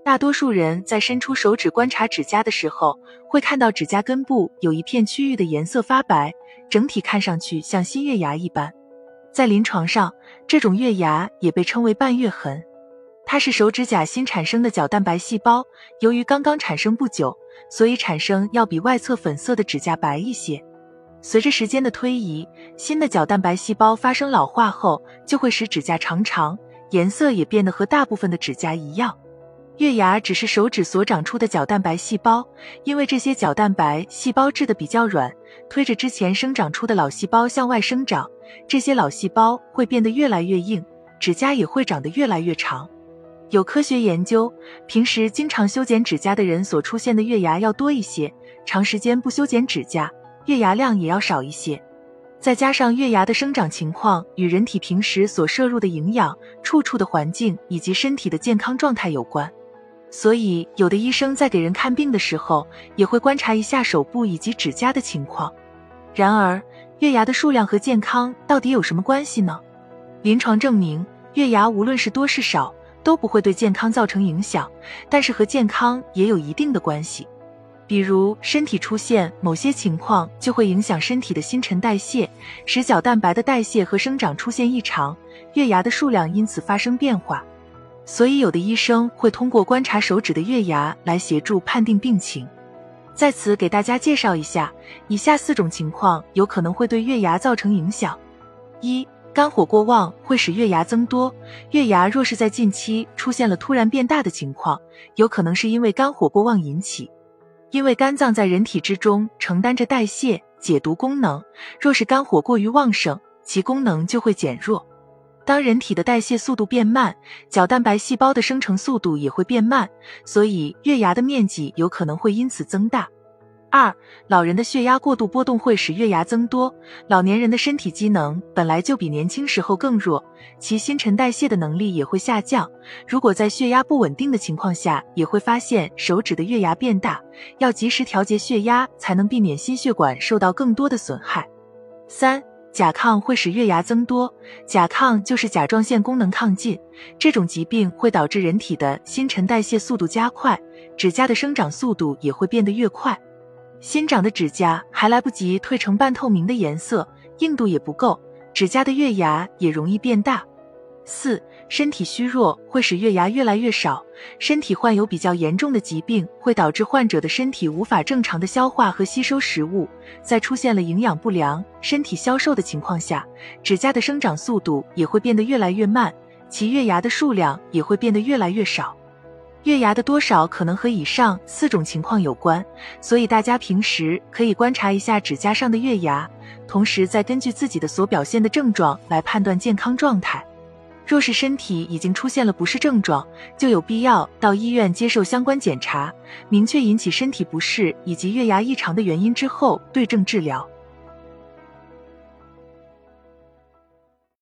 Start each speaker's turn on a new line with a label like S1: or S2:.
S1: 大多数人在伸出手指观察指甲的时候，会看到指甲根部有一片区域的颜色发白，整体看上去像新月牙一般。在临床上，这种月牙也被称为半月痕。它是手指甲新产生的角蛋白细胞，由于刚刚产生不久，所以产生要比外侧粉色的指甲白一些。随着时间的推移，新的角蛋白细胞发生老化后，就会使指甲长，颜色也变得和大部分的指甲一样。月牙只是手指所长出的角蛋白细胞，因为这些角蛋白细胞质地比较软，推着之前生长出的老细胞向外生长，这些老细胞会变得越来越硬，指甲也会长得越来越长。有科学研究，平时经常修剪指甲的人所出现的月牙要多一些，长时间不修剪指甲，月牙量也要少一些。再加上月牙的生长情况与人体平时所摄入的营养、处的环境以及身体的健康状态有关。所以有的医生在给人看病的时候，也会观察一下手部以及指甲的情况。然而，月牙的数量和健康到底有什么关系呢？临床证明，月牙无论是多是少，都不会对健康造成影响，但是和健康也有一定的关系。比如身体出现某些情况，就会影响身体的新陈代谢，使角蛋白的代谢和生长出现异常，月牙的数量因此发生变化。所以有的医生会通过观察手指的月牙来协助判定病情。在此给大家介绍一下，以下4种情况有可能会对月牙造成影响。1. 肝火过旺会使月牙增多，月牙若是在近期出现了突然变大的情况，有可能是因为肝火过旺引起。因为肝脏在人体之中承担着代谢、解毒功能，若是肝火过于旺盛，其功能就会减弱。当人体的代谢速度变慢，角蛋白细胞的生成速度也会变慢，所以月牙的面积有可能会因此增大。2. 老人的血压过度波动会使月牙增多，老年人的身体机能本来就比年轻时候更弱，其新陈代谢的能力也会下降，如果在血压不稳定的情况下，也会发现手指的月牙变大，要及时调节血压，才能避免心血管受到更多的损害。3. 甲亢会使月牙增多，甲亢就是甲状腺功能亢进，这种疾病会导致人体的新陈代谢速度加快，指甲的生长速度也会变得越快。新长的指甲还来不及褪成半透明的颜色，硬度也不够，指甲的月牙也容易变大。4. 身体虚弱会使月牙越来越少，身体患有比较严重的疾病会导致患者的身体无法正常的消化和吸收食物，在出现了营养不良、身体消瘦的情况下，指甲的生长速度也会变得越来越慢，其月牙的数量也会变得越来越少。月牙的多少可能和以上4种情况有关，所以大家平时可以观察一下指甲上的月牙，同时再根据自己的所表现的症状来判断健康状态。若是身体已经出现了不适症状，就有必要到医院接受相关检查，明确引起身体不适以及月牙异常的原因之后，对症治疗。